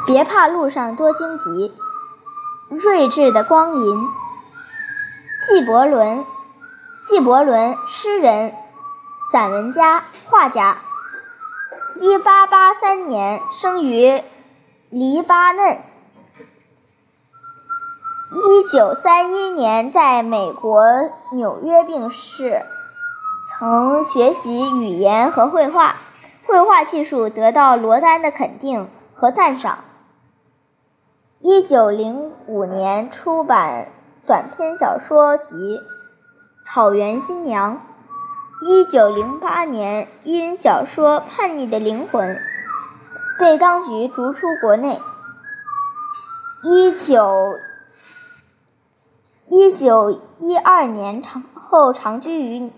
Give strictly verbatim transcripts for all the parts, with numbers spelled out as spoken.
别怕路上多荆棘，睿智的光临。纪伯伦，纪伯伦，诗人、散文家、画家。一八八三年生于黎巴嫩。一九三一年在美国纽约病逝，曾学习语言和绘画，绘画技术得到罗丹的肯定和赞赏。一九零五年出版短篇小说集《草原新娘》。一九零八年因小说《叛逆的灵魂》被当局逐出国内。一九一九一二年长后长居于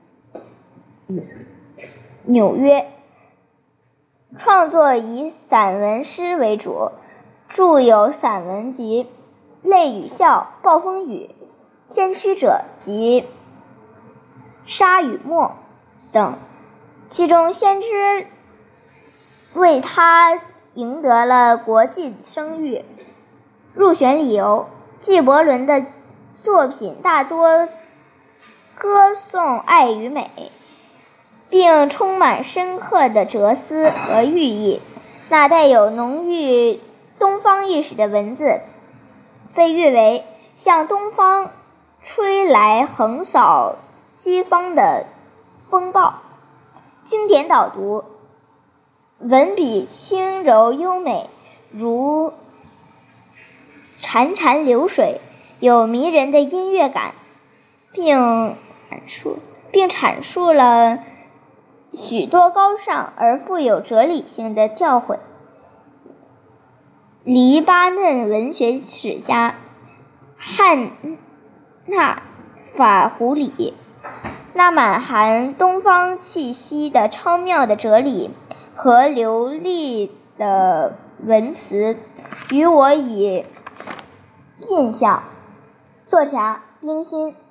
纽约，创作以散文诗为主，著有散文集《泪与笑》《暴风雨》《先驱者》及《沙与沫》等，其中《先知》为他赢得了国际声誉。入选理由：纪伯伦的作品大多歌颂爱与美，并充满深刻的哲思和寓意。那带有浓郁东方意识的文字被誉为向东方吹来横扫西方的风暴。经典导读：文笔轻柔优美，如潺潺流水，有迷人的音乐感，并阐述并阐述了许多高尚而富有哲理性的教诲。黎巴嫩文学史家汉纳法胡里那满含东方气息的超妙的哲理和流利的文词与我以印象。作家冰心。